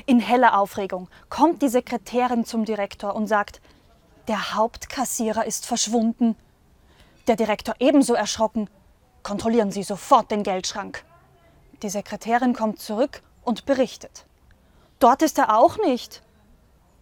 In heller Aufregung kommt die Sekretärin zum Direktor und sagt: Der Hauptkassierer ist verschwunden. Der Direktor ebenso erschrocken: Kontrollieren Sie sofort den Geldschrank. Die Sekretärin kommt zurück und berichtet: Dort ist er auch nicht.